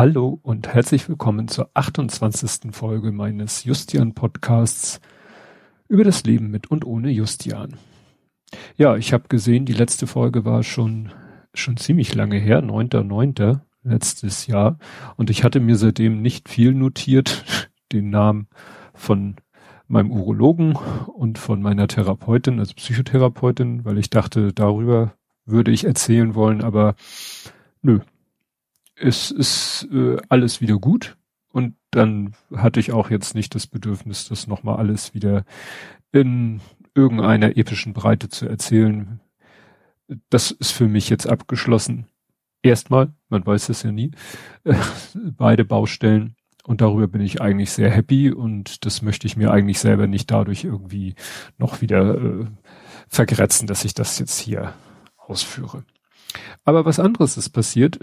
Hallo und herzlich willkommen zur 28. Folge meines Justian-Podcasts über das Leben mit und ohne Justian. Ja, ich habe gesehen, die letzte Folge war schon ziemlich lange her, 9.9. letztes Jahr. Und ich hatte mir seitdem nicht viel notiert, den Namen von meinem Urologen und von meiner Therapeutin, also Psychotherapeutin, weil ich dachte, darüber würde ich erzählen wollen, aber nö. Es ist alles wieder gut und dann hatte ich auch jetzt nicht das Bedürfnis, das nochmal alles wieder in irgendeiner epischen Breite zu erzählen. Das ist für mich jetzt abgeschlossen. Erstmal, man weiß es ja nie, beide Baustellen und darüber bin ich eigentlich sehr happy und das möchte ich mir eigentlich selber nicht dadurch irgendwie noch wieder vergrätzen, dass ich das jetzt hier ausführe. Aber was anderes ist passiert.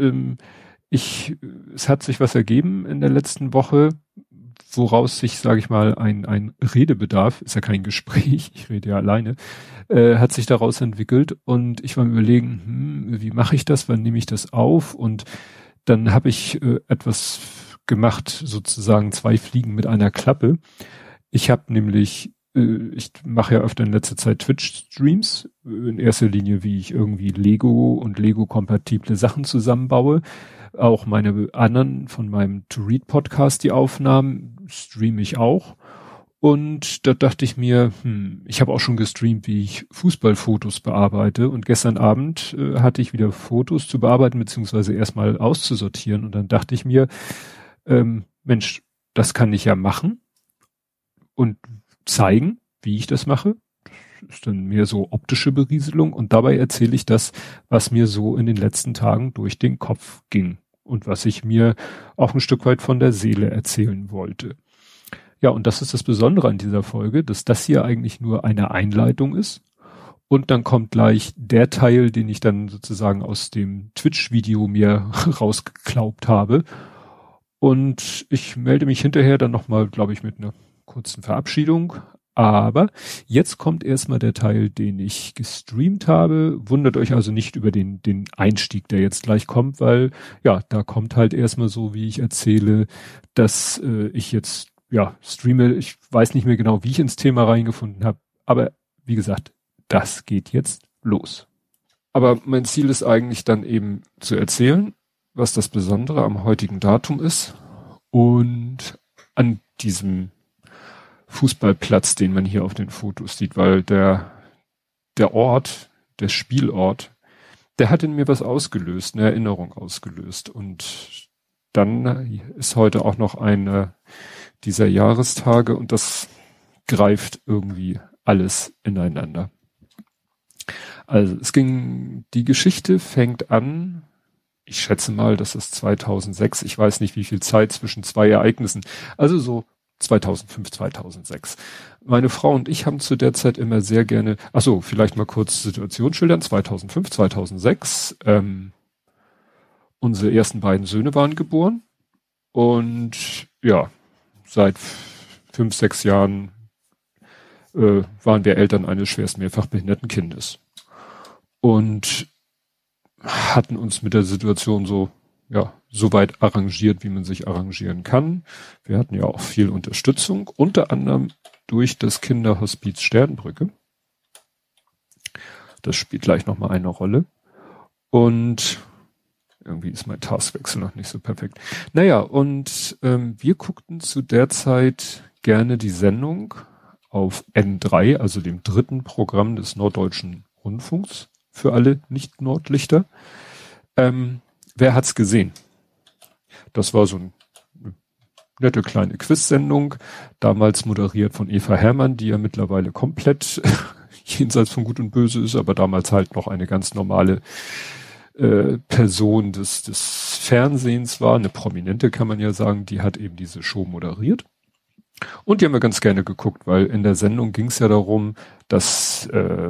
Es hat sich was ergeben in der letzten Woche, woraus sich, sage ich mal, ein Redebedarf, ist ja kein Gespräch, ich rede ja alleine, hat sich daraus entwickelt und ich war mir überlegen, wie mache ich das, wann nehme ich das auf und dann habe ich etwas gemacht, sozusagen 2 Fliegen mit einer Klappe. Ich habe nämlich ich mache ja öfter in letzter Zeit Twitch-Streams, in erster Linie, wie ich irgendwie Lego und Lego-kompatible Sachen zusammenbaue. Auch meine anderen von meinem To-Read-Podcast, die Aufnahmen, streame ich auch. Und da dachte ich mir, ich habe auch schon gestreamt, wie ich Fußballfotos bearbeite. Und gestern Abend hatte ich wieder Fotos zu bearbeiten, beziehungsweise erstmal auszusortieren. Und dann dachte ich mir, Mensch, das kann ich ja machen. Und zeigen, wie ich das mache. Das ist dann mehr so optische Berieselung und dabei erzähle ich das, was mir so in den letzten Tagen durch den Kopf ging und was ich mir auch ein Stück weit von der Seele erzählen wollte. Ja, und das ist das Besondere an dieser Folge, dass das hier eigentlich nur eine Einleitung ist und dann kommt gleich der Teil, den ich dann sozusagen aus dem Twitch-Video mir rausgeklaubt habe und ich melde mich hinterher dann nochmal, glaube ich, mit einer kurzen Verabschiedung, aber jetzt kommt erstmal der Teil, den ich gestreamt habe. Wundert euch also nicht über den Einstieg, der jetzt gleich kommt, weil ja, da kommt halt erstmal so, wie ich erzähle, dass ich jetzt ja streame. Ich weiß nicht mehr genau, wie ich ins Thema reingefunden habe, aber wie gesagt, das geht jetzt los. Aber mein Ziel ist eigentlich dann eben zu erzählen, was das Besondere am heutigen Datum ist und an diesem Fußballplatz, den man hier auf den Fotos sieht, weil der Ort, der Spielort, der hat in mir was ausgelöst, eine Erinnerung ausgelöst. Und dann ist heute auch noch eine dieser Jahrestage und das greift irgendwie alles ineinander. Also die Geschichte fängt an, ich schätze mal, das ist 2006, ich weiß nicht, wie viel Zeit zwischen 2 Ereignissen, also so 2005, 2006. Meine Frau und ich haben zu der Zeit immer sehr gerne, vielleicht mal kurz Situation schildern, 2005, 2006, unsere ersten beiden Söhne waren geboren und ja, seit 5, 6 Jahren waren wir Eltern eines schwerst mehrfach behinderten Kindes und hatten uns mit der Situation so weit arrangiert, wie man sich arrangieren kann. Wir hatten ja auch viel Unterstützung, unter anderem durch das Kinderhospiz Sternbrücke. Das spielt gleich nochmal eine Rolle. Und irgendwie ist mein Taskwechsel noch nicht so perfekt. Naja, und wir guckten zu der Zeit gerne die Sendung auf N3, also dem 3. Programm des Norddeutschen Rundfunks, für alle Nicht-Nordlichter. Wer hat's gesehen? Das war so eine nette kleine Quiz-Sendung, damals moderiert von Eva Herrmann, die ja mittlerweile komplett jenseits von Gut und Böse ist, aber damals halt noch eine ganz normale Person des Fernsehens war, eine Prominente kann man ja sagen, die hat eben diese Show moderiert. Und die haben wir ganz gerne geguckt, weil in der Sendung ging es ja darum, dass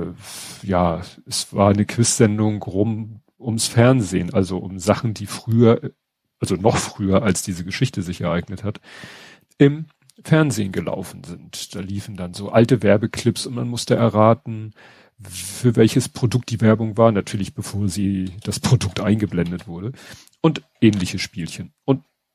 es war eine Quiz-Sendung ums Fernsehen, also um Sachen, die früher, also noch früher, als diese Geschichte sich ereignet hat, im Fernsehen gelaufen sind. Da liefen dann so alte Werbeclips und man musste erraten, für welches Produkt die Werbung war, natürlich bevor das Produkt eingeblendet wurde und ähnliche Spielchen. Und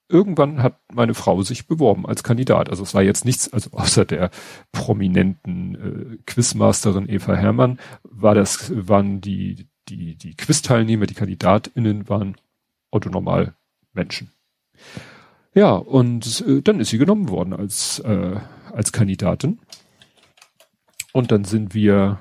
irgendwann hat meine Frau sich beworben als Kandidat. Also es war jetzt nichts, also außer der prominenten Quizmasterin Eva Herrmann, waren die Quiz-Teilnehmer, die KandidatInnen waren Otto-Normal-Menschen. Ja, und dann ist sie genommen worden als Kandidatin. Und dann sind wir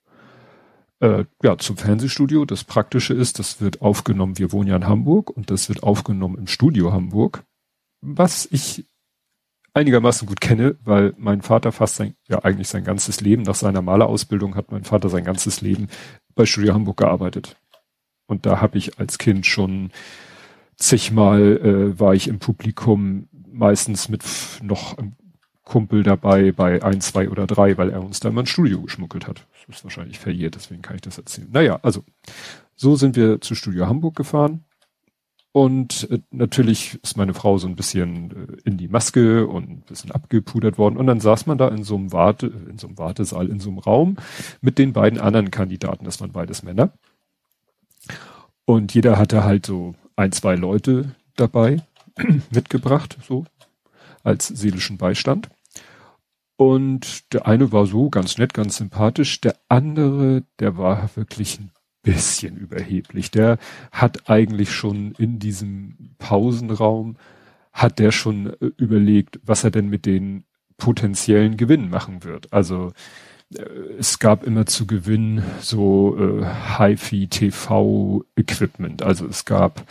zum Fernsehstudio. Das Praktische ist, das wird aufgenommen, wir wohnen ja in Hamburg und das wird aufgenommen im Studio Hamburg, was ich einigermaßen gut kenne, weil mein Vater eigentlich sein ganzes Leben, nach seiner Malerausbildung hat mein Vater sein ganzes Leben bei Studio Hamburg gearbeitet. Und da habe ich als Kind schon zigmal war ich im Publikum, meistens mit noch einem Kumpel dabei bei 1, 2 oder 3, weil er uns da mal ins Studio geschmuggelt hat. Das ist wahrscheinlich verjährt, deswegen kann ich das erzählen. Naja, also so sind wir zu Studio Hamburg gefahren und natürlich ist meine Frau so ein bisschen in die Maske und ein bisschen abgepudert worden und dann saß man da in so einem Wartesaal, in so einem Raum mit den beiden anderen Kandidaten, das waren beides Männer und jeder hatte halt so 1, 2 Leute dabei mitgebracht, so als seelischen Beistand. Und der eine war so ganz nett, ganz sympathisch. Der andere, der war wirklich ein bisschen überheblich. Der hat eigentlich schon in diesem Pausenraum, hat der schon überlegt, was er denn mit den potenziellen Gewinnen machen wird. Also es gab immer zu gewinnen so HiFi-TV-Equipment. Also es gab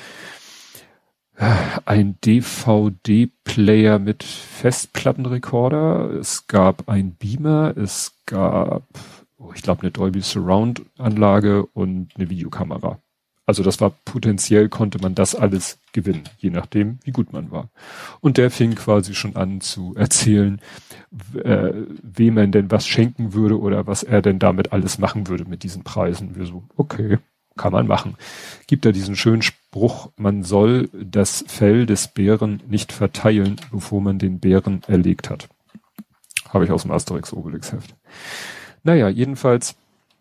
ein DVD-Player mit Festplattenrekorder, es gab ein Beamer, es gab, ich glaube, eine Dolby Surround-Anlage und eine Videokamera. Also das war potenziell, konnte man das alles gewinnen, je nachdem, wie gut man war. Und der fing quasi schon an zu erzählen, wem er denn was schenken würde oder was er denn damit alles machen würde mit diesen Preisen. Wir so, okay. Kann man machen. Gibt da diesen schönen Spruch, man soll das Fell des Bären nicht verteilen, bevor man den Bären erlegt hat. Habe ich aus dem Asterix-Obelix-Heft. Naja, jedenfalls,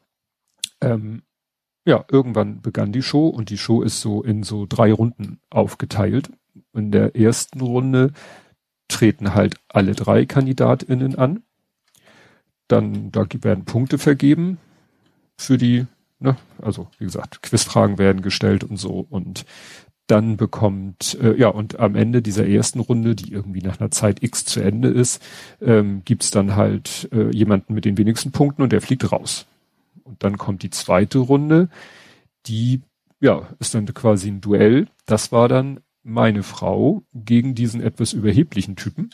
irgendwann begann die Show und die Show ist so in so 3 Runden aufgeteilt. In der ersten Runde treten halt alle 3 KandidatInnen an. Dann, da werden Punkte vergeben für die, also wie gesagt, Quizfragen werden gestellt und so und dann bekommt, und am Ende dieser ersten Runde, die irgendwie nach einer Zeit X zu Ende ist, gibt's dann halt jemanden mit den wenigsten Punkten und der fliegt raus. Und dann kommt die zweite Runde, die, ist dann quasi ein Duell. Das war dann meine Frau gegen diesen etwas überheblichen Typen.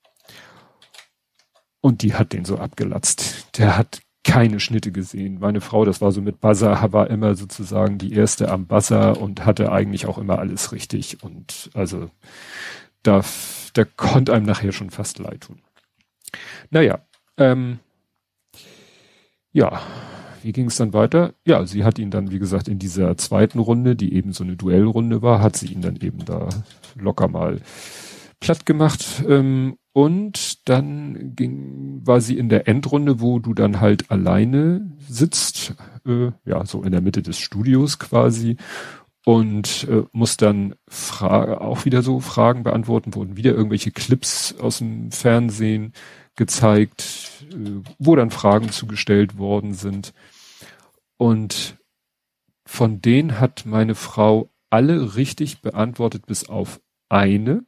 Und die hat den so abgelatzt. Der hat keine Schnitte gesehen. Meine Frau, das war so mit Buzzer, war immer sozusagen die erste am Buzzer und hatte eigentlich auch immer alles richtig. Und also da konnte einem nachher schon fast leid tun. Naja, wie ging es dann weiter? Ja, sie hat ihn dann, wie gesagt, in dieser zweiten Runde, die eben so eine Duellrunde war, hat sie ihn dann eben da locker mal platt gemacht. Und dann war sie in der Endrunde, wo du dann halt alleine sitzt, so in der Mitte des Studios quasi und musst dann auch wieder so Fragen beantworten, wurden wieder irgendwelche Clips aus dem Fernsehen gezeigt, wo dann Fragen zugestellt worden sind. Und von denen hat meine Frau alle richtig beantwortet, bis auf eine.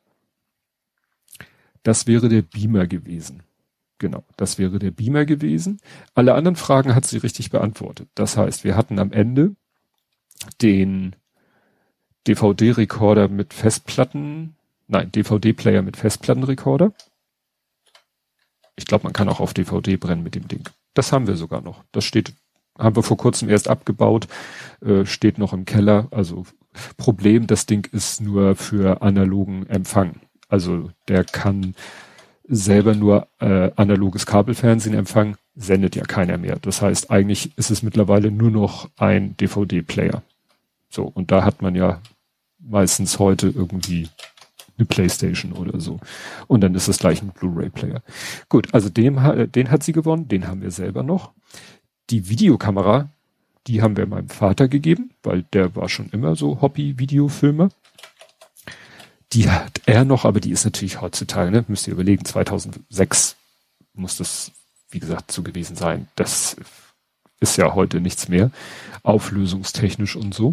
Das wäre der Beamer gewesen. Genau, das wäre der Beamer gewesen. Alle anderen Fragen hat sie richtig beantwortet. Das heißt, wir hatten am Ende den DVD-Rekorder mit DVD-Player mit Festplattenrekorder. Ich glaube, man kann auch auf DVD brennen mit dem Ding. Das haben wir sogar noch. Haben wir vor kurzem erst abgebaut, steht noch im Keller. Also Problem, das Ding ist nur für analogen Empfang. Also der kann selber nur analoges Kabelfernsehen empfangen, sendet ja keiner mehr. Das heißt, eigentlich ist es mittlerweile nur noch ein DVD-Player. So, und da hat man ja meistens heute irgendwie eine Playstation oder so. Und dann ist es gleich ein Blu-ray-Player. Gut, also den hat sie gewonnen, den haben wir selber noch. Die Videokamera, die haben wir meinem Vater gegeben, weil der war schon immer so Hobby-Videofilmer. Die hat er noch, aber die ist natürlich heutzutage, ne, müsst ihr überlegen, 2006 muss das, wie gesagt, so gewesen sein. Das ist ja heute nichts mehr, auflösungstechnisch und so.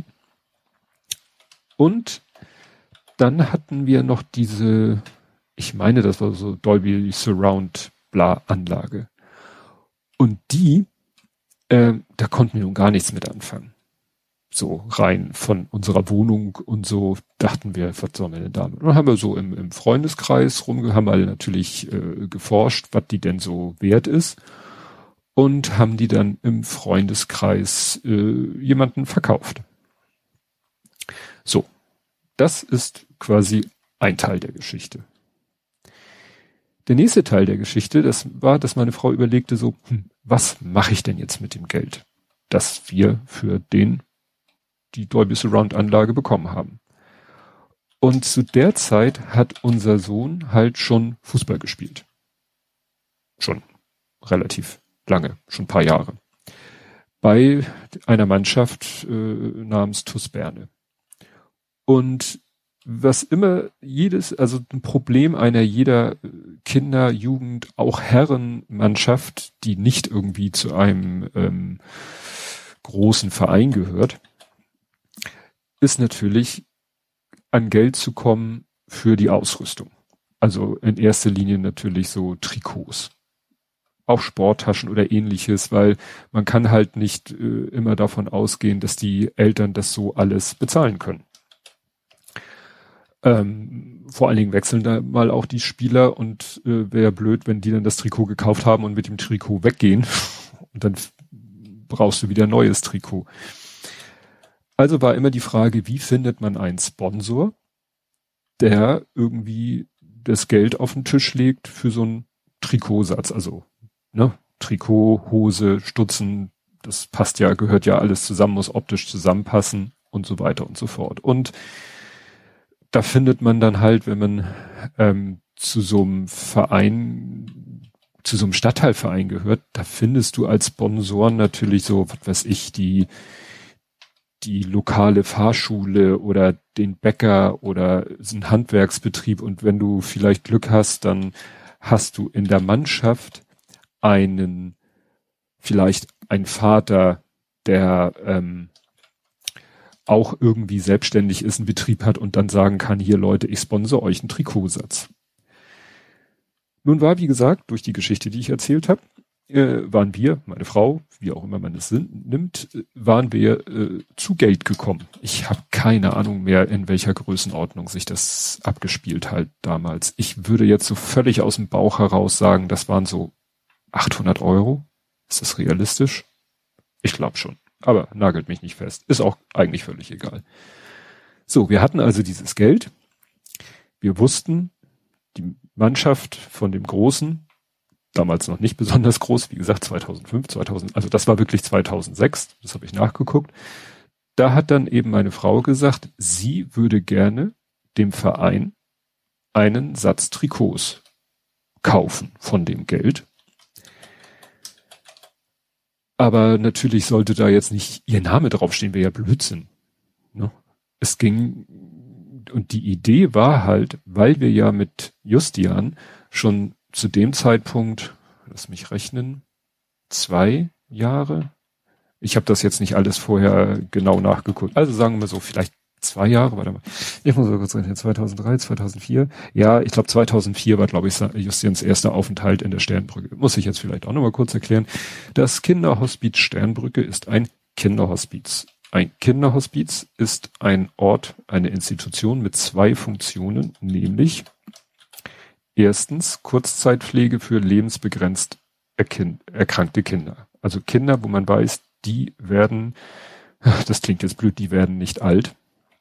Und dann hatten wir noch diese, ich meine, das war so Dolby Surround Bla Anlage. Und die, da konnten wir nun gar nichts mit anfangen. So rein von unserer Wohnung und so dachten wir, was sollen wir denn damit? Und dann haben wir so im Freundeskreis haben alle natürlich geforscht, was die denn so wert ist. Und haben die dann im Freundeskreis jemanden verkauft. So, das ist quasi ein Teil der Geschichte. Der nächste Teil der Geschichte, das war, dass meine Frau überlegte so, was mache ich denn jetzt mit dem Geld, das wir für die Dolby Surround Anlage bekommen haben. Und zu der Zeit hat unser Sohn halt schon Fußball gespielt. Schon relativ lange, schon ein paar Jahre. Bei einer Mannschaft namens TuS Berne. Und was immer also ein Problem jeder Kinder-, Jugend-, auch Herrenmannschaft, die nicht irgendwie zu einem großen Verein gehört, ist natürlich an Geld zu kommen für die Ausrüstung. Also in erster Linie natürlich so Trikots. Auch Sporttaschen oder ähnliches, weil man kann halt nicht immer davon ausgehen, dass die Eltern das so alles bezahlen können. Vor allen Dingen wechseln da mal auch die Spieler und wäre blöd, wenn die dann das Trikot gekauft haben und mit dem Trikot weggehen und dann brauchst du wieder ein neues Trikot. Also war immer die Frage, wie findet man einen Sponsor, der irgendwie das Geld auf den Tisch legt für so einen Trikotsatz, also ne, Trikot, Hose, Stutzen, das passt ja, gehört ja alles zusammen, muss optisch zusammenpassen und so weiter und so fort. Und da findet man dann halt, wenn man zu so einem Verein, zu so einem Stadtteilverein gehört, da findest du als Sponsoren natürlich so, was weiß ich, die lokale Fahrschule oder den Bäcker oder einen Handwerksbetrieb. Und wenn du vielleicht Glück hast, dann hast du in der Mannschaft vielleicht einen Vater, der auch irgendwie selbstständig ist, einen Betrieb hat und dann sagen kann, hier Leute, ich sponsere euch einen Trikotsatz. Nun war, wie gesagt, durch die Geschichte, die ich erzählt habe, waren wir, meine Frau, wie auch immer man es nimmt, waren wir zu Geld gekommen. Ich habe keine Ahnung mehr, in welcher Größenordnung sich das abgespielt hat damals. Ich würde jetzt so völlig aus dem Bauch heraus sagen, das waren so 800 Euro. Ist das realistisch? Ich glaube schon. Aber nagelt mich nicht fest. Ist auch eigentlich völlig egal. So, wir hatten also dieses Geld. Wir wussten, die Mannschaft von dem Großen, damals noch nicht besonders groß, wie gesagt 2005, 2000, also das war wirklich 2006, das habe ich nachgeguckt. Da hat dann eben meine Frau gesagt, sie würde gerne dem Verein einen Satz Trikots kaufen von dem Geld. Aber natürlich sollte da jetzt nicht ihr Name draufstehen, wäre ja Blödsinn. Ne? Es ging, und die Idee war halt, weil wir ja mit Justian schon zu dem Zeitpunkt, lass mich rechnen, 2 Jahre. Ich habe das jetzt nicht alles vorher genau nachgeguckt. Also sagen wir so, vielleicht 2 Jahre, warte mal. Ich muss mal kurz rechnen, 2003, 2004. Ja, ich glaube 2004 war, glaube ich, Justians erster Aufenthalt in der Sternbrücke. Muss ich jetzt vielleicht auch nochmal kurz erklären. Das Kinderhospiz Sternbrücke ist ein Kinderhospiz. Ein Kinderhospiz ist ein Ort, eine Institution mit 2 Funktionen, nämlich erstens Kurzzeitpflege für lebensbegrenzt erkrankte Kinder. Also Kinder, wo man weiß, die werden, das klingt jetzt blöd, die werden nicht alt.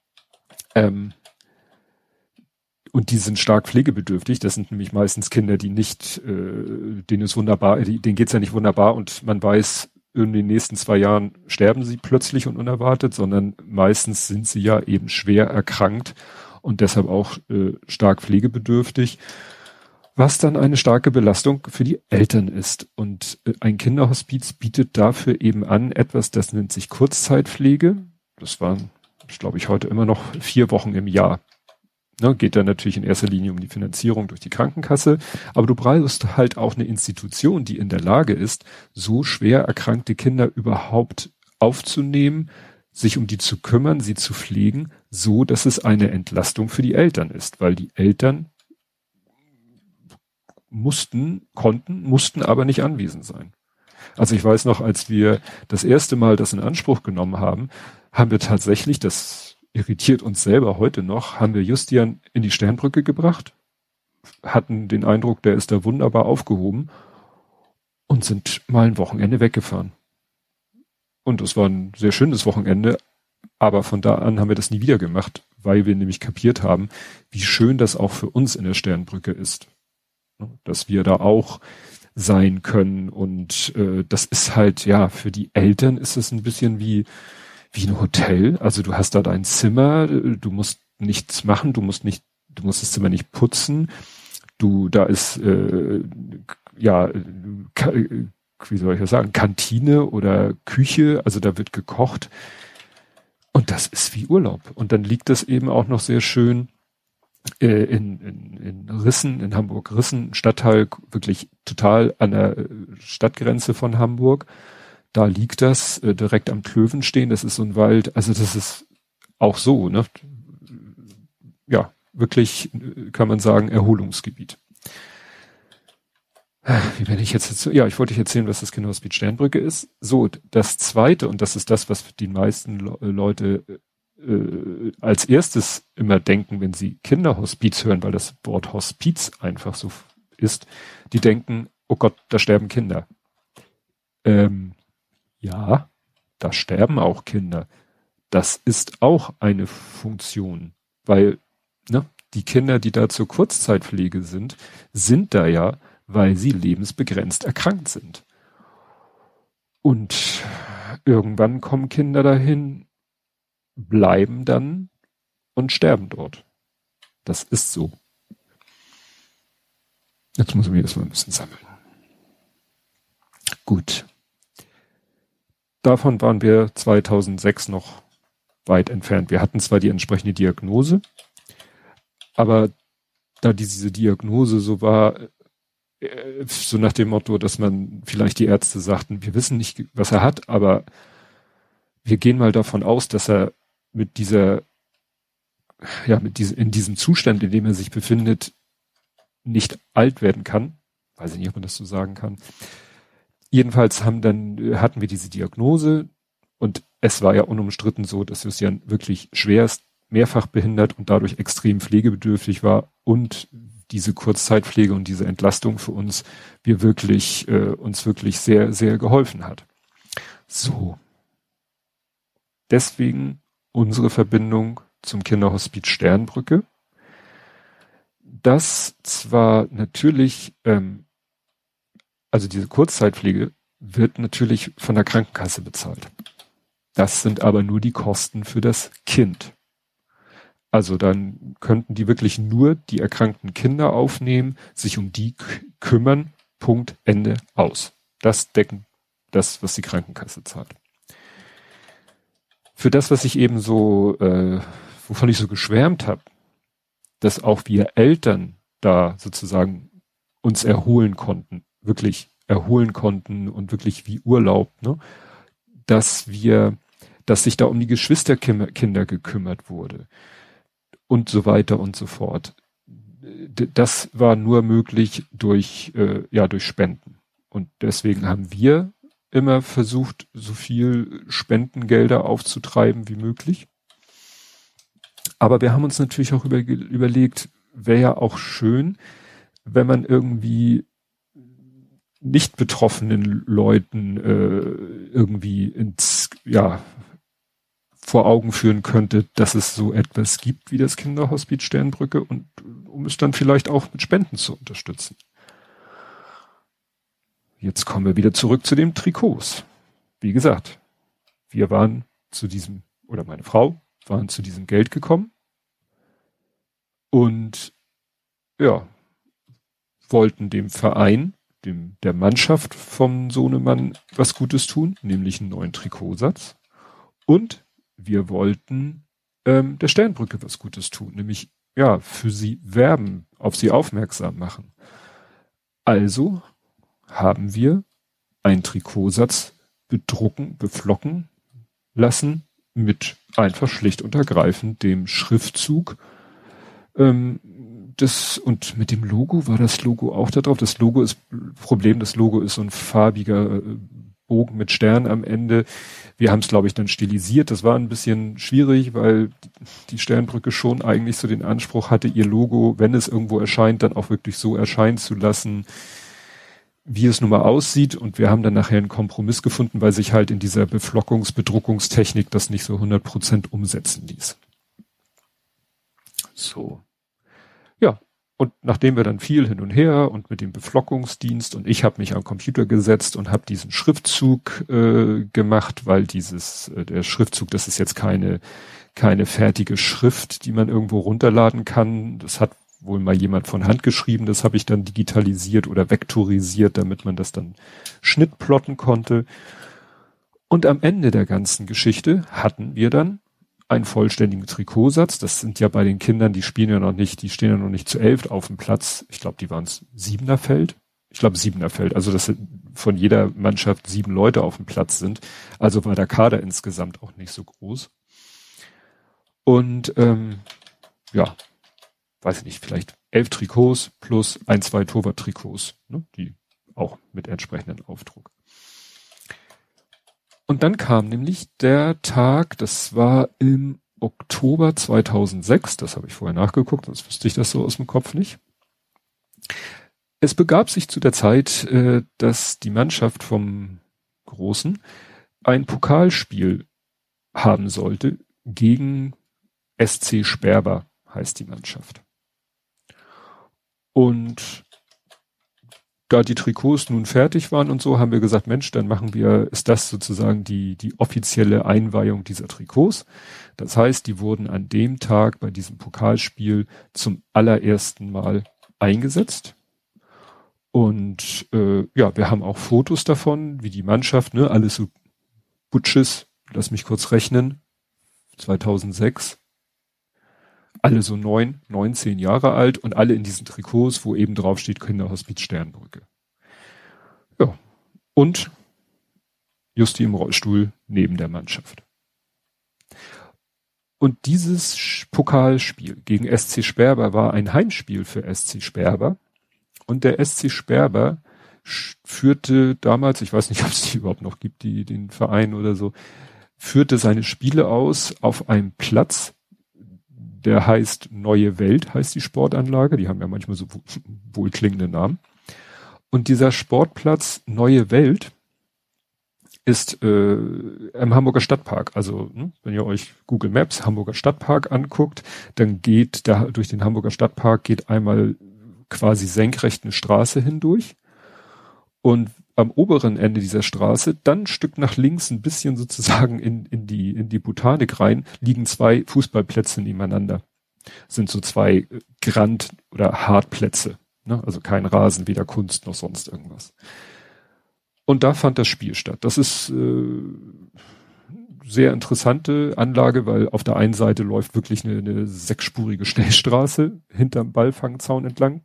Und die sind stark pflegebedürftig. Das sind nämlich meistens Kinder, die nicht, denen geht's ja nicht wunderbar und man weiß, in den nächsten 2 Jahren sterben sie plötzlich und unerwartet, sondern meistens sind sie ja eben schwer erkrankt und deshalb auch stark pflegebedürftig, was dann eine starke Belastung für die Eltern ist. Und ein Kinderhospiz bietet dafür eben an etwas, das nennt sich Kurzzeitpflege. Das waren, glaube ich, heute immer noch 4 Wochen im Jahr. Ne, geht dann natürlich in erster Linie um die Finanzierung durch die Krankenkasse, aber du brauchst halt auch eine Institution, die in der Lage ist, so schwer erkrankte Kinder überhaupt aufzunehmen, sich um die zu kümmern, sie zu pflegen, so dass es eine Entlastung für die Eltern ist, weil die Eltern mussten aber nicht anwesend sein. Also ich weiß noch, als wir das erste Mal das in Anspruch genommen haben, haben wir tatsächlich, das irritiert uns selber heute noch, haben wir Justian in die Sternbrücke gebracht, hatten den Eindruck, der ist da wunderbar aufgehoben und sind mal ein Wochenende weggefahren. Und es war ein sehr schönes Wochenende, aber von da an haben wir das nie wieder gemacht, weil wir nämlich kapiert haben, wie schön das auch für uns in der Sternbrücke ist. Dass wir da auch sein können und das ist halt, ja, für die Eltern ist es ein bisschen wie ein Hotel. Also du hast da dein Zimmer, du musst nichts machen, du musst das Zimmer nicht putzen. Da ist wie soll ich das sagen, Kantine oder Küche, also da wird gekocht und das ist wie Urlaub. Und dann liegt das eben auch noch sehr schön in Rissen, in Hamburg-Rissen, Stadtteil wirklich total an der Stadtgrenze von Hamburg. Da liegt das direkt am Klövenstehen, das ist so ein Wald, also das ist auch so, ne? Ja, wirklich kann man sagen, Erholungsgebiet. Wie bin ich jetzt ja, ich wollte euch erzählen, was das Kinderhospiz Sternbrücke ist. So, das zweite, und das ist das, was die meisten Leute als erstes immer denken, wenn sie Kinderhospiz hören, weil das Wort Hospiz einfach so ist, die denken, oh Gott, da sterben Kinder. Ja, da sterben auch Kinder. Das ist auch eine Funktion, weil die Kinder, die da zur Kurzzeitpflege sind da ja, weil sie lebensbegrenzt erkrankt sind. Und irgendwann kommen Kinder dahin, bleiben dann und sterben dort. Das ist so. Jetzt muss ich mich erstmal ein bisschen sammeln. Gut. Davon waren wir 2006 noch weit entfernt. Wir hatten zwar die entsprechende Diagnose, aber da diese Diagnose so war, so nach dem Motto, dass man vielleicht die Ärzte sagten, wir wissen nicht, was er hat, aber wir gehen mal davon aus, dass er in diesem Zustand, in dem er sich befindet, nicht alt werden kann. Weiß ich nicht, ob man das so sagen kann. Jedenfalls hatten wir diese Diagnose und es war ja unumstritten so, dass Justian wirklich schwerst mehrfach behindert und dadurch extrem pflegebedürftig war und diese Kurzzeitpflege und diese Entlastung für uns, uns wirklich sehr, sehr geholfen hat. So. Deswegen unsere Verbindung zum Kinderhospiz Sternbrücke. Das zwar natürlich, also diese Kurzzeitpflege wird natürlich von der Krankenkasse bezahlt. Das sind aber nur die Kosten für das Kind. Also dann könnten die wirklich nur die erkrankten Kinder aufnehmen, sich um die kümmern, Punkt, Ende, aus. Das decken das, was die Krankenkasse zahlt. Für das, was ich eben so, wovon ich so geschwärmt habe, dass auch wir Eltern da sozusagen uns erholen konnten, wirklich erholen konnten und wirklich wie Urlaub, ne? Dass sich da um die Geschwisterkinder gekümmert wurde und so weiter und so fort. Das war nur möglich durch Spenden. Und deswegen haben wir immer versucht, so viel Spendengelder aufzutreiben wie möglich. Aber wir haben uns natürlich auch überlegt, wäre ja auch schön, wenn man irgendwie nicht betroffenen Leuten irgendwie vor Augen führen könnte, dass es so etwas gibt wie das Kinderhospiz Sternbrücke und um es dann vielleicht auch mit Spenden zu unterstützen. Jetzt kommen wir wieder zurück zu den Trikots. Wie gesagt, wir waren meine Frau waren zu diesem Geld gekommen und ja, wollten dem Verein, der Mannschaft vom Sohnemann was Gutes tun, nämlich einen neuen Trikotsatz. Und wir wollten der Sternbrücke was Gutes tun, nämlich ja, für sie werben, auf sie aufmerksam machen. Also haben wir einen Trikotsatz beflocken lassen mit einfach schlicht und ergreifend dem Schriftzug, und mit dem Logo, war das Logo auch da drauf? Das Logo ist so ein farbiger Bogen mit Stern am Ende. Wir haben es, glaube ich, dann stilisiert. Das war ein bisschen schwierig, weil die Sternbrücke schon eigentlich so den Anspruch hatte, ihr Logo, wenn es irgendwo erscheint, dann auch wirklich so erscheinen zu lassen, wie es nun mal aussieht. Und wir haben dann nachher einen Kompromiss gefunden, weil sich halt in dieser Bedruckungstechnik das nicht so 100% umsetzen ließ. So. Ja. Und nachdem wir dann viel hin und her und mit dem Beflockungsdienst und ich habe mich am Computer gesetzt und habe diesen Schriftzug gemacht, weil der Schriftzug, das ist jetzt keine fertige Schrift, die man irgendwo runterladen kann. Das hat wohl mal jemand von Hand geschrieben, das habe ich dann digitalisiert oder vektorisiert, damit man das dann schnittplotten konnte. Und am Ende der ganzen Geschichte hatten wir dann einen vollständigen Trikotsatz. Das sind ja bei den Kindern, die stehen ja noch nicht zu 11 auf dem Platz. Ich glaube, die waren es Siebenerfeld. Also dass von jeder Mannschaft 7 Leute auf dem Platz sind. Also war der Kader insgesamt auch nicht so groß. Und ja, weiß ich nicht, vielleicht 11 Trikots plus 2 Torwart-Trikots, ne, die auch mit entsprechendem Aufdruck. Und dann kam nämlich der Tag, das war im Oktober 2006, das habe ich vorher nachgeguckt, sonst wüsste ich das so aus dem Kopf nicht. Es begab sich zu der Zeit, dass die Mannschaft vom Großen ein Pokalspiel haben sollte gegen SC Sperber, heißt die Mannschaft. Und da die Trikots nun fertig waren und so, haben wir gesagt, Mensch, dann ist das sozusagen die offizielle Einweihung dieser Trikots. Das heißt, die wurden an dem Tag bei diesem Pokalspiel zum allerersten Mal eingesetzt. Und ja, wir haben auch Fotos davon, wie die Mannschaft, ne, alles so Butsches, lass mich kurz rechnen, 2006. Alle so 19 Jahre alt und alle in diesen Trikots, wo eben drauf steht Kinderhospiz Sternbrücke. Ja. Und Justi im Rollstuhl neben der Mannschaft. Und dieses Pokalspiel gegen SC Sperber war ein Heimspiel für SC Sperber. Und der SC Sperber führte damals, ich weiß nicht, ob es die überhaupt noch gibt, den Verein oder so, führte seine Spiele aus auf einem Platz, der heißt Neue Welt, heißt die Sportanlage. Die haben ja manchmal so wohlklingende Namen. Und dieser Sportplatz Neue Welt ist im Hamburger Stadtpark. Also wenn ihr euch Google Maps Hamburger Stadtpark anguckt, dann geht da durch den Hamburger Stadtpark geht einmal quasi senkrecht eine Straße hindurch. Und am oberen Ende dieser Straße, dann ein Stück nach links, ein bisschen sozusagen in die Botanik rein, liegen 2 Fußballplätze nebeneinander. Sind so 2 Grand- oder Hartplätze. Ne? Also kein Rasen, weder Kunst noch sonst irgendwas. Und da fand das Spiel statt. Das ist sehr interessante Anlage, weil auf der einen Seite läuft wirklich eine 6-spurige Schnellstraße hinterm Ballfangzaun entlang.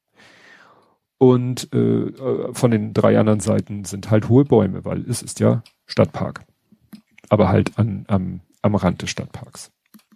Und von den 3 anderen Seiten sind halt hohe Bäume, weil es ist ja Stadtpark. Aber halt am Rand des Stadtparks.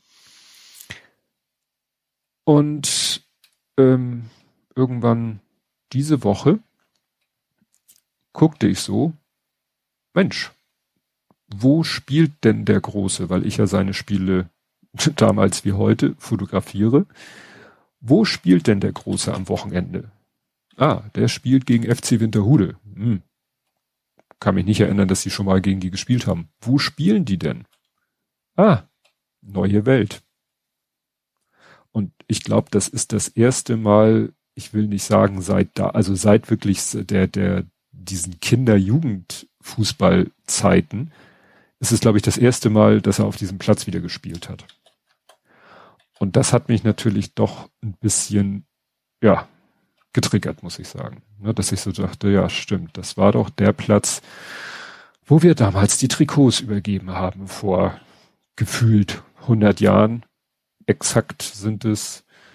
Und irgendwann diese Woche guckte ich so, Mensch, wo spielt denn der Große? Weil ich ja seine Spiele damals wie heute fotografiere. Wo spielt denn der Große am Wochenende? Ah, der spielt gegen FC Winterhude. Kann mich nicht erinnern, dass sie schon mal gegen die gespielt haben. Wo spielen die denn? Ah, Neue Welt. Und ich glaube, das ist das erste Mal, ich will nicht sagen seit wirklich diesen Kinder-Jugend-Fußballzeiten, ist es, glaube ich, das erste Mal, dass er auf diesem Platz wieder gespielt hat. Und das hat mich natürlich doch ein bisschen, ja, getriggert, muss ich sagen. Ne, dass ich so dachte, ja, stimmt, das war doch der Platz, wo wir damals die Trikots übergeben haben, vor gefühlt 100 Jahren. Exakt sind es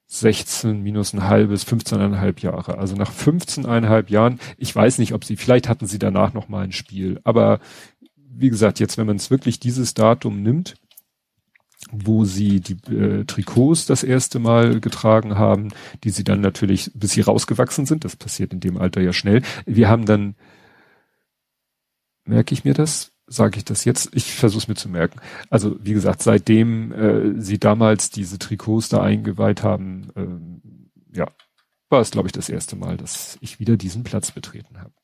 16 minus ein halbes, 15,5 Jahre. Also nach 15,5 Jahren, ich weiß nicht, vielleicht hatten sie danach noch mal ein Spiel, aber wie gesagt, jetzt, wenn man es wirklich dieses Datum nimmt, wo sie die Trikots das erste Mal getragen haben, die sie dann natürlich, bis sie rausgewachsen sind, das passiert in dem Alter ja schnell. Wir haben dann, merke ich mir das? Sage ich das jetzt? Ich versuche es mir zu merken. Also wie gesagt, seitdem sie damals diese Trikots da eingeweiht haben, ja, war es, glaube ich, das erste Mal, dass ich wieder diesen Platz betreten habe.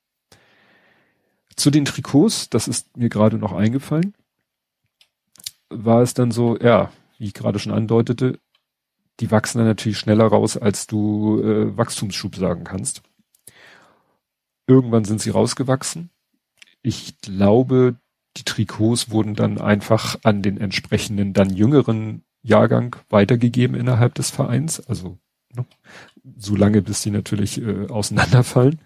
Zu den Trikots, das ist mir gerade noch eingefallen, war es dann so, ja, wie ich gerade schon andeutete, die wachsen dann natürlich schneller raus, als du Wachstumsschub sagen kannst. Irgendwann sind sie rausgewachsen. Ich glaube, die Trikots wurden dann einfach an den entsprechenden, dann jüngeren Jahrgang weitergegeben innerhalb des Vereins. Also ne, so lange, bis die natürlich auseinanderfallen.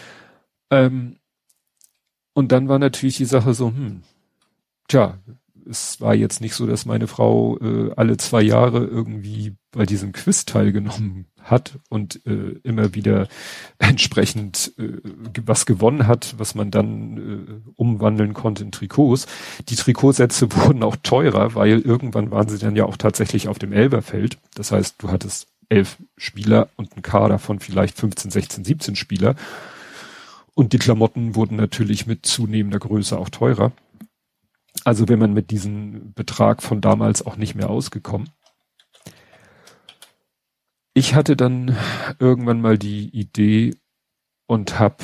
Und dann war natürlich die Sache so, tja, es war jetzt nicht so, dass meine Frau alle 2 Jahre irgendwie bei diesem Quiz teilgenommen hat und immer wieder entsprechend was gewonnen hat, was man dann umwandeln konnte in Trikots. Die Trikotsätze wurden auch teurer, weil irgendwann waren sie dann ja auch tatsächlich auf dem Elferfeld. Das heißt, du hattest 11 Spieler und einen Kader von vielleicht 15, 16, 17 Spieler. Und die Klamotten wurden natürlich mit zunehmender Größe auch teurer. Also wenn man mit diesem Betrag von damals auch nicht mehr ausgekommen. Ich hatte dann irgendwann mal die Idee und habe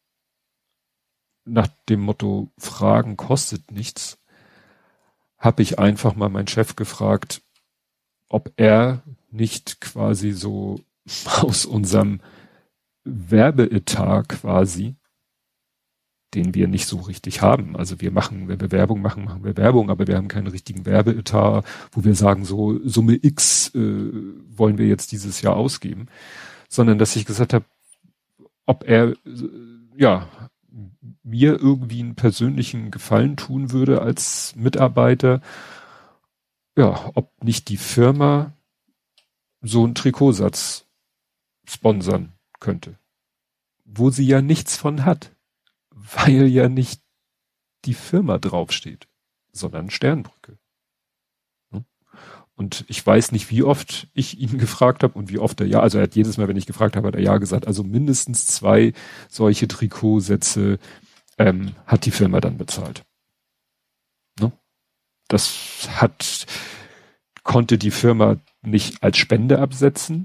nach dem Motto Fragen kostet nichts, habe ich einfach mal meinen Chef gefragt, ob er nicht quasi so aus unserem Werbeetat quasi, den wir nicht so richtig haben. Also wir machen, wenn wir Werbung machen, machen wir Werbung, aber wir haben keinen richtigen Werbeetat, wo wir sagen, so Summe X wollen wir jetzt dieses Jahr ausgeben, sondern dass ich gesagt habe, ob er ja mir irgendwie einen persönlichen Gefallen tun würde als Mitarbeiter, ja, ob nicht die Firma so einen Trikotsatz sponsern könnte, wo sie ja nichts von hat. Weil ja nicht die Firma draufsteht, sondern Sternbrücke. Und ich weiß nicht, wie oft ich ihn gefragt habe und wie oft er ja, also er hat jedes Mal, wenn ich gefragt habe, hat er ja gesagt, also mindestens 2 solche Trikotsätze hat die Firma dann bezahlt. Ne? Das konnte die Firma nicht als Spende absetzen,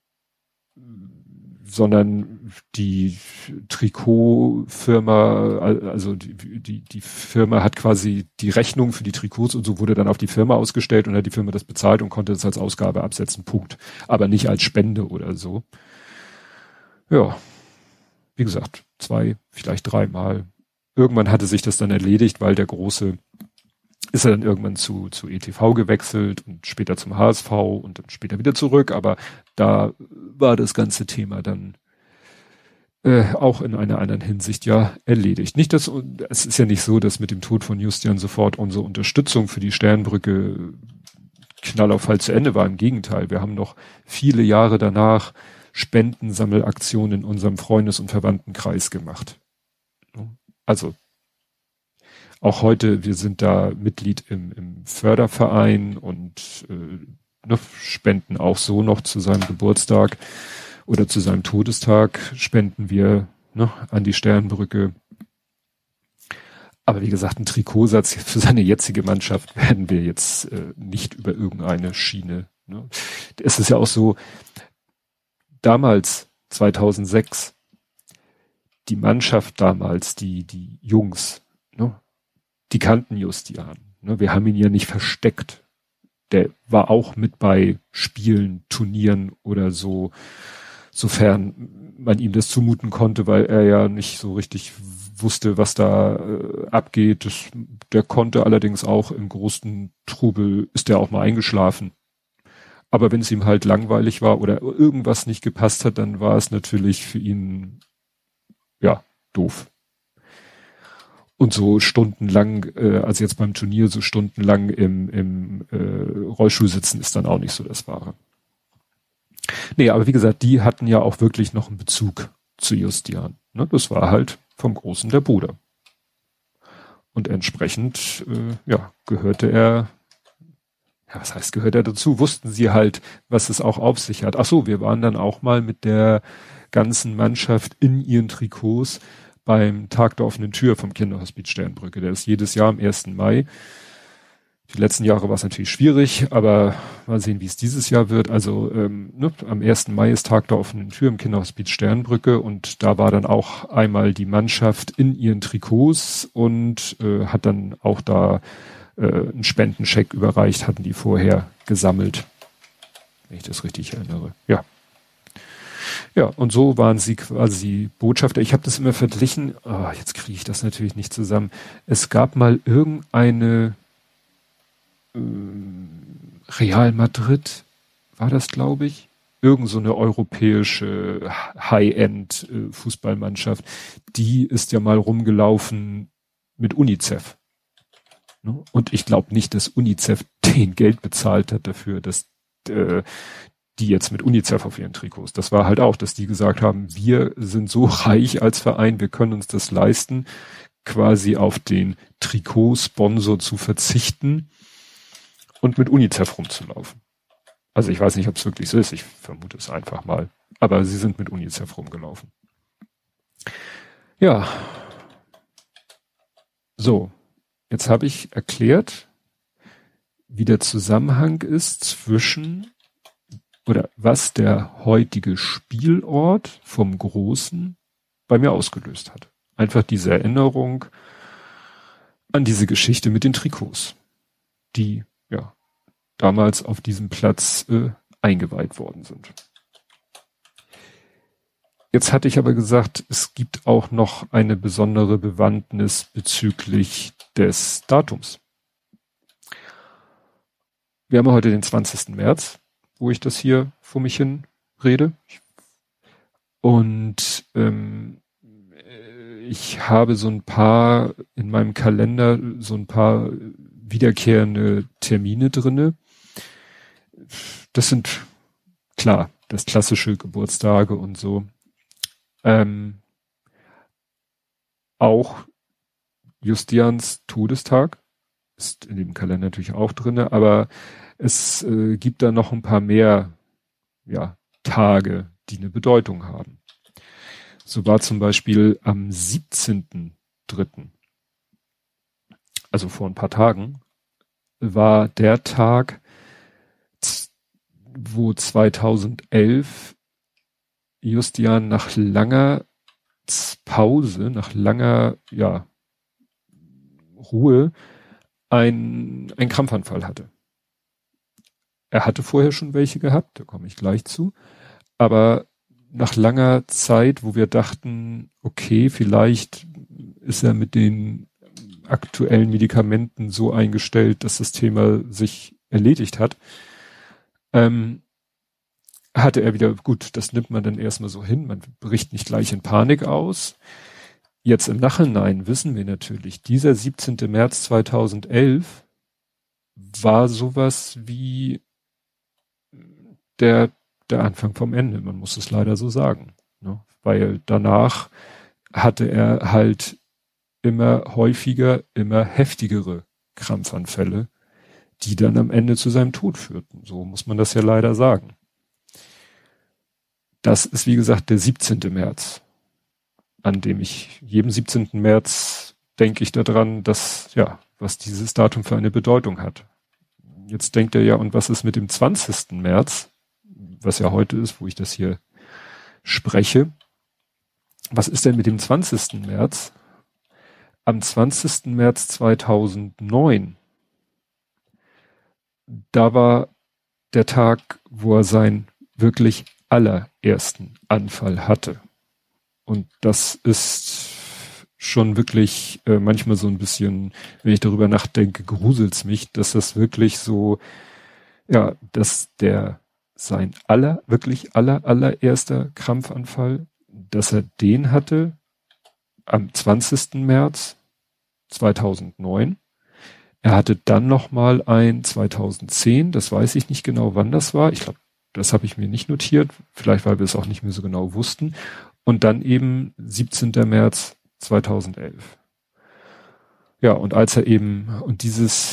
sondern die Trikotfirma, also die Firma hat quasi die Rechnung für die Trikots und so wurde dann auf die Firma ausgestellt und hat die Firma das bezahlt und konnte das als Ausgabe absetzen, Punkt. Aber nicht als Spende oder so. Ja, wie gesagt, 2, vielleicht 3 Mal. Irgendwann hatte sich das dann erledigt, weil der Große ist er dann irgendwann zu ETV gewechselt und später zum HSV und dann später wieder zurück, aber da war das ganze Thema dann auch in einer anderen Hinsicht ja erledigt. Nicht, dass es ist ja nicht so, dass mit dem Tod von Justian sofort unsere Unterstützung für die Sternbrücke Knall auf Fall zu Ende war. Im Gegenteil, wir haben noch viele Jahre danach Spendensammelaktionen in unserem Freundes- und Verwandtenkreis gemacht. Also auch heute, wir sind da Mitglied im Förderverein und spenden auch so noch zu seinem Geburtstag oder zu seinem Todestag spenden wir an die Sternbrücke. Aber wie gesagt, ein Trikotsatz für seine jetzige Mannschaft werden wir jetzt nicht über irgendeine Schiene. Ne? Es ist ja auch so, damals, 2006, die Mannschaft damals, die Jungs, ne? Die kannten Justian. Ne? Wir haben ihn ja nicht versteckt. Der war auch mit bei Spielen, Turnieren oder so, sofern man ihm das zumuten konnte, weil er ja nicht so richtig wusste, was da abgeht. Der konnte allerdings auch im großen Trubel, ist der auch mal eingeschlafen. Aber wenn es ihm halt langweilig war oder irgendwas nicht gepasst hat, dann war es natürlich für ihn, ja, doof. Und so stundenlang, also jetzt beim Turnier so stundenlang im Rollstuhl sitzen, ist dann auch nicht so das Wahre. Nee, aber wie gesagt, die hatten ja auch wirklich noch einen Bezug zu Justian. Ne? Das war halt vom Großen der Bruder. Und entsprechend, gehörte er, ja, was heißt, gehört er dazu? Wussten sie halt, was es auch auf sich hat. Ach so, wir waren dann auch mal mit der ganzen Mannschaft in ihren Trikots beim Tag der offenen Tür vom Kinderhospiz Sternbrücke. Der ist jedes Jahr am 1. Mai. Die letzten Jahre war es natürlich schwierig, aber mal sehen, wie es dieses Jahr wird. Also am 1. Mai ist Tag der offenen Tür im Kinderhospiz Sternbrücke und da war dann auch einmal die Mannschaft in ihren Trikots und hat dann auch da einen Spendenscheck überreicht, hatten die vorher gesammelt, wenn ich das richtig erinnere. Ja. Ja, und so waren sie quasi Botschafter. Ich habe das immer verglichen, jetzt kriege ich das natürlich nicht zusammen. Es gab mal irgendeine Real Madrid, war das, glaube ich, irgend so eine europäische High-End Fußballmannschaft, die ist ja mal rumgelaufen mit UNICEF. Ne? Und ich glaube nicht, dass UNICEF den Geld bezahlt hat dafür, dass die jetzt mit UNICEF auf ihren Trikots. Das war halt auch, dass die gesagt haben, wir sind so reich als Verein, wir können uns das leisten, quasi auf den Trikotsponsor zu verzichten und mit UNICEF rumzulaufen. Also ich weiß nicht, ob es wirklich so ist, ich vermute es einfach mal. Aber sie sind mit UNICEF rumgelaufen. Ja. So, jetzt habe ich erklärt, wie der Zusammenhang ist zwischen oder was der heutige Spielort vom Großen bei mir ausgelöst hat. Einfach diese Erinnerung an diese Geschichte mit den Trikots, die ja damals auf diesem Platz eingeweiht worden sind. Jetzt hatte ich aber gesagt, es gibt auch noch eine besondere Bewandtnis bezüglich des Datums. Wir haben heute den 20. März, wo ich das hier vor mich hin rede. Und ich habe so ein paar in meinem Kalender, so ein paar wiederkehrende Termine drinne. Das sind, klar, das klassische Geburtstage und so. Auch Justians Todestag ist in dem Kalender natürlich auch drinne, aber es gibt da noch ein paar mehr, ja, Tage, die eine Bedeutung haben. So war zum Beispiel am 17.3., also vor ein paar Tagen, war der Tag, wo 2011 Justian nach langer Pause, nach langer, ja, Ruhe, ein Krampfanfall hatte. Er hatte vorher schon welche gehabt, da komme ich gleich zu, aber nach langer Zeit, wo wir dachten, okay, vielleicht ist er mit den aktuellen Medikamenten so eingestellt, dass das Thema sich erledigt hat, hatte er wieder, gut, das nimmt man dann erstmal so hin, man bricht nicht gleich in Panik aus. Jetzt im Nachhinein wissen wir natürlich, dieser 17. März 2011 war sowas wie der Anfang vom Ende, man muss es leider so sagen. Ne? Weil danach hatte er halt immer häufiger, immer heftigere Krampfanfälle, die dann am Ende zu seinem Tod führten. So muss man das ja leider sagen. Das ist, wie gesagt, der 17. März, an dem ich, jedem 17. März denke ich daran, dass, ja, was dieses Datum für eine Bedeutung hat. Jetzt denkt er ja, und was ist mit dem 20. März, was ja heute ist, wo ich das hier spreche. Was ist denn mit dem 20. März? Am 20. März 2009, da war der Tag, wo er seinen wirklich allerersten Anfall hatte. Und das ist schon wirklich manchmal so ein bisschen, wenn ich darüber nachdenke, gruselt's mich, dass das wirklich so, ja, dass sein allererster Krampfanfall, dass er den hatte am 20. März 2009. Er hatte dann noch mal ein 2010, das weiß ich nicht genau, wann das war. Ich glaube Das habe ich mir nicht notiert, vielleicht weil wir es auch nicht mehr so genau wussten. Und dann eben 17. März 2011. Ja, und als er eben, und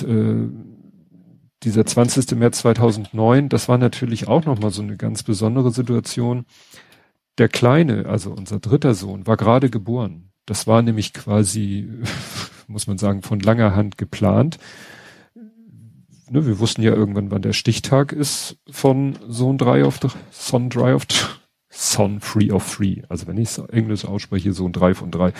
dieser 20. März 2009, das war natürlich auch nochmal so eine ganz besondere Situation. Der Kleine, also unser dritter Sohn, war gerade geboren. Das war nämlich quasi, muss man sagen, von langer Hand geplant. Ne, wir wussten ja irgendwann, wann der Stichtag ist von Son 3 of Son 3 of 3. Also wenn ich es Englisch ausspreche, Son 3 von 3.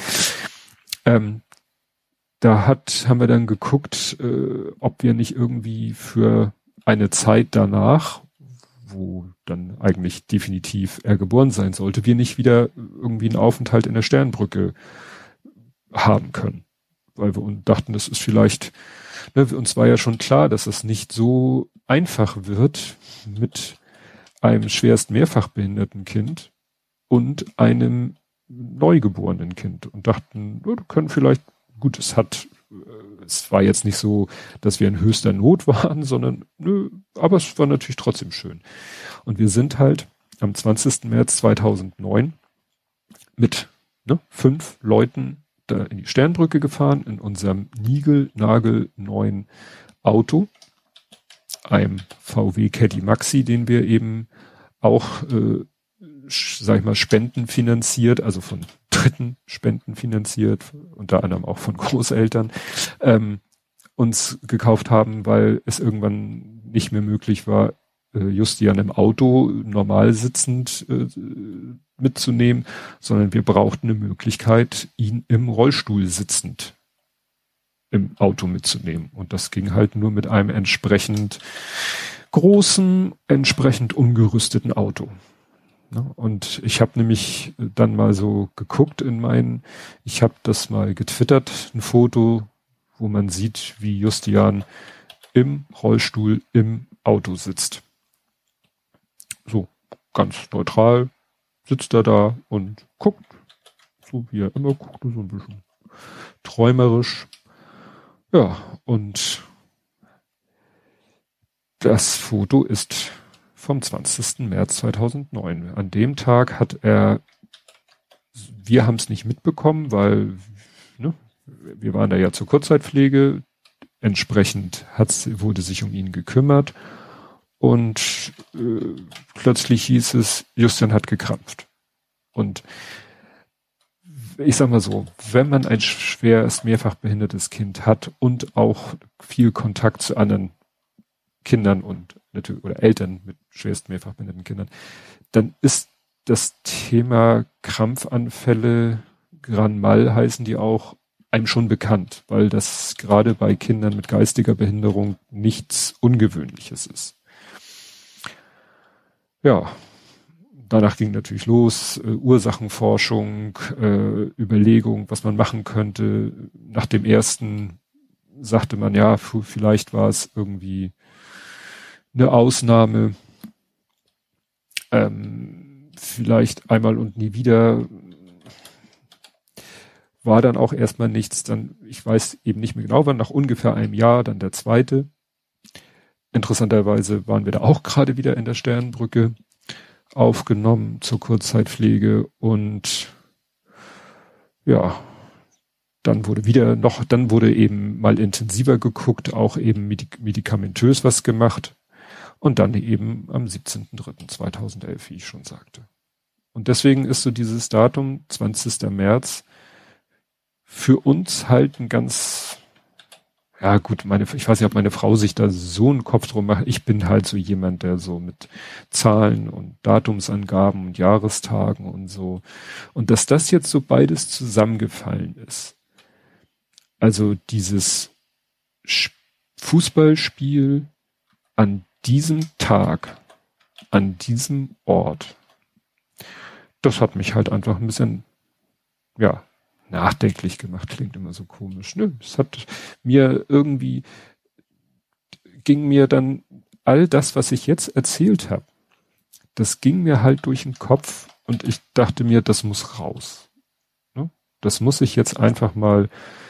Haben wir dann geguckt, ob wir nicht irgendwie für eine Zeit danach, wo dann eigentlich definitiv er geboren sein sollte, wir nicht wieder irgendwie einen Aufenthalt in der Sternbrücke haben können. Weil wir dachten, das ist vielleicht, ne, uns war ja schon klar, dass es nicht so einfach wird mit einem schwerst mehrfach behinderten Kind und einem neugeborenen Kind und dachten, wir können vielleicht, gut, es war jetzt nicht so, dass wir in höchster Not waren, sondern nö, aber es war natürlich trotzdem schön. Und wir sind halt am 20. März 2009 mit 5 Leuten da in die Sternbrücke gefahren, in unserem niegelnagelneuen Auto, einem VW Caddy Maxi, den wir eben auch, sag ich mal, spendenfinanziert, also von Dritten spendenfinanziert, unter anderem auch von Großeltern, uns gekauft haben, weil es irgendwann nicht mehr möglich war, Justian im Auto normal sitzend mitzunehmen, sondern wir brauchten eine Möglichkeit, ihn im Rollstuhl sitzend im Auto mitzunehmen. Und das ging halt nur mit einem entsprechend großen, entsprechend umgerüsteten Auto. Und ich habe nämlich dann mal so geguckt ich habe das mal getwittert, ein Foto, wo man sieht, wie Justian im Rollstuhl im Auto sitzt. So, ganz neutral sitzt er da und guckt, so wie er immer guckt, so ein bisschen träumerisch. Ja, und das Foto ist vom 20. März 2009. An dem Tag wir haben es nicht mitbekommen, weil wir waren da ja zur Kurzzeitpflege, entsprechend wurde sich um ihn gekümmert und plötzlich hieß es, Justian hat gekrampft. Und ich sag mal so, wenn man ein schweres, mehrfach behindertes Kind hat und auch viel Kontakt zu anderen Kindern und natürlich oder Eltern mit schwerst mehrfach behinderten Kindern, dann ist das Thema Krampfanfälle, Grand Mal heißen die auch, einem schon bekannt, weil das gerade bei Kindern mit geistiger Behinderung nichts Ungewöhnliches ist. Ja, danach ging natürlich los, Ursachenforschung, Überlegung, was man machen könnte. Nach dem ersten sagte man, ja, vielleicht war es irgendwie eine Ausnahme, vielleicht einmal und nie wieder, war dann auch erstmal nichts, dann, ich weiß eben nicht mehr genau wann, nach ungefähr einem Jahr, dann der zweite. Interessanterweise waren wir da auch gerade wieder in der Sternbrücke aufgenommen zur Kurzzeitpflege und ja, dann wurde eben mal intensiver geguckt, auch eben medikamentös was gemacht und dann eben am 17.03.2011, wie ich schon sagte. Und deswegen ist so dieses Datum, 20. März, für uns halt ein ganz, ja gut, ich weiß nicht, ob meine Frau sich da so einen Kopf drum macht. Ich bin halt so jemand, der so mit Zahlen und Datumsangaben und Jahrestagen und so. Und dass das jetzt so beides zusammengefallen ist. Also dieses Fußballspiel an diesem Tag, an diesem Ort, das hat mich halt einfach ein bisschen, ja, nachdenklich gemacht, klingt immer so komisch. Nö, es hat mir irgendwie, ging mir dann all das, was ich jetzt erzählt habe, das ging mir halt durch den Kopf und ich dachte mir, das muss raus. Ne? Das muss ich jetzt einfach mal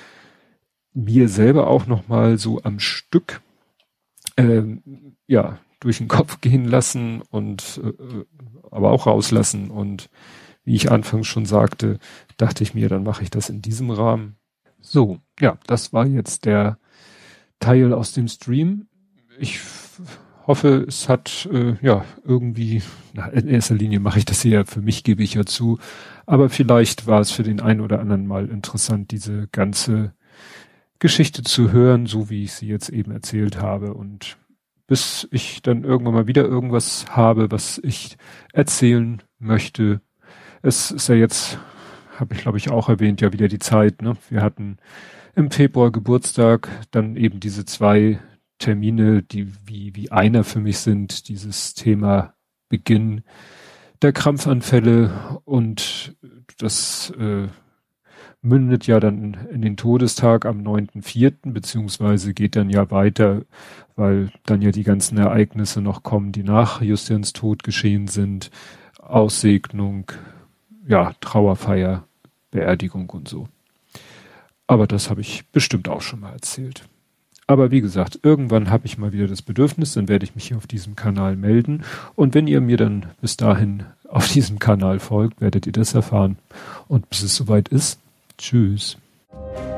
mir selber auch noch mal so am Stück, ja, durch den Kopf gehen lassen und aber auch rauslassen. Und wie ich anfangs schon sagte, dachte ich mir, dann mache ich das in diesem Rahmen. So, ja, das war jetzt der Teil aus dem Stream. Ich hoffe, es hat irgendwie, in erster Linie mache ich das hier, für mich gebe ich ja zu, aber vielleicht war es für den einen oder anderen mal interessant, diese ganze Geschichte zu hören, so wie ich sie jetzt eben erzählt habe, und bis ich dann irgendwann mal wieder irgendwas habe, was ich erzählen möchte. Es ist ja jetzt, habe ich glaube ich auch erwähnt, ja wieder die Zeit, ne? Wir hatten im Februar Geburtstag, dann eben diese 2 Termine, die wie einer für mich sind, dieses Thema Beginn der Krampfanfälle, und das mündet ja dann in den Todestag am 9.4., beziehungsweise geht dann ja weiter, weil dann ja die ganzen Ereignisse noch kommen, die nach Justians Tod geschehen sind. Aussegnung, ja, Trauerfeier, Beerdigung und so. Aber das habe ich bestimmt auch schon mal erzählt. Aber wie gesagt, irgendwann habe ich mal wieder das Bedürfnis, dann werde ich mich hier auf diesem Kanal melden. Und wenn ihr mir dann bis dahin auf diesem Kanal folgt, werdet ihr das erfahren. Und bis es soweit ist, tschüss.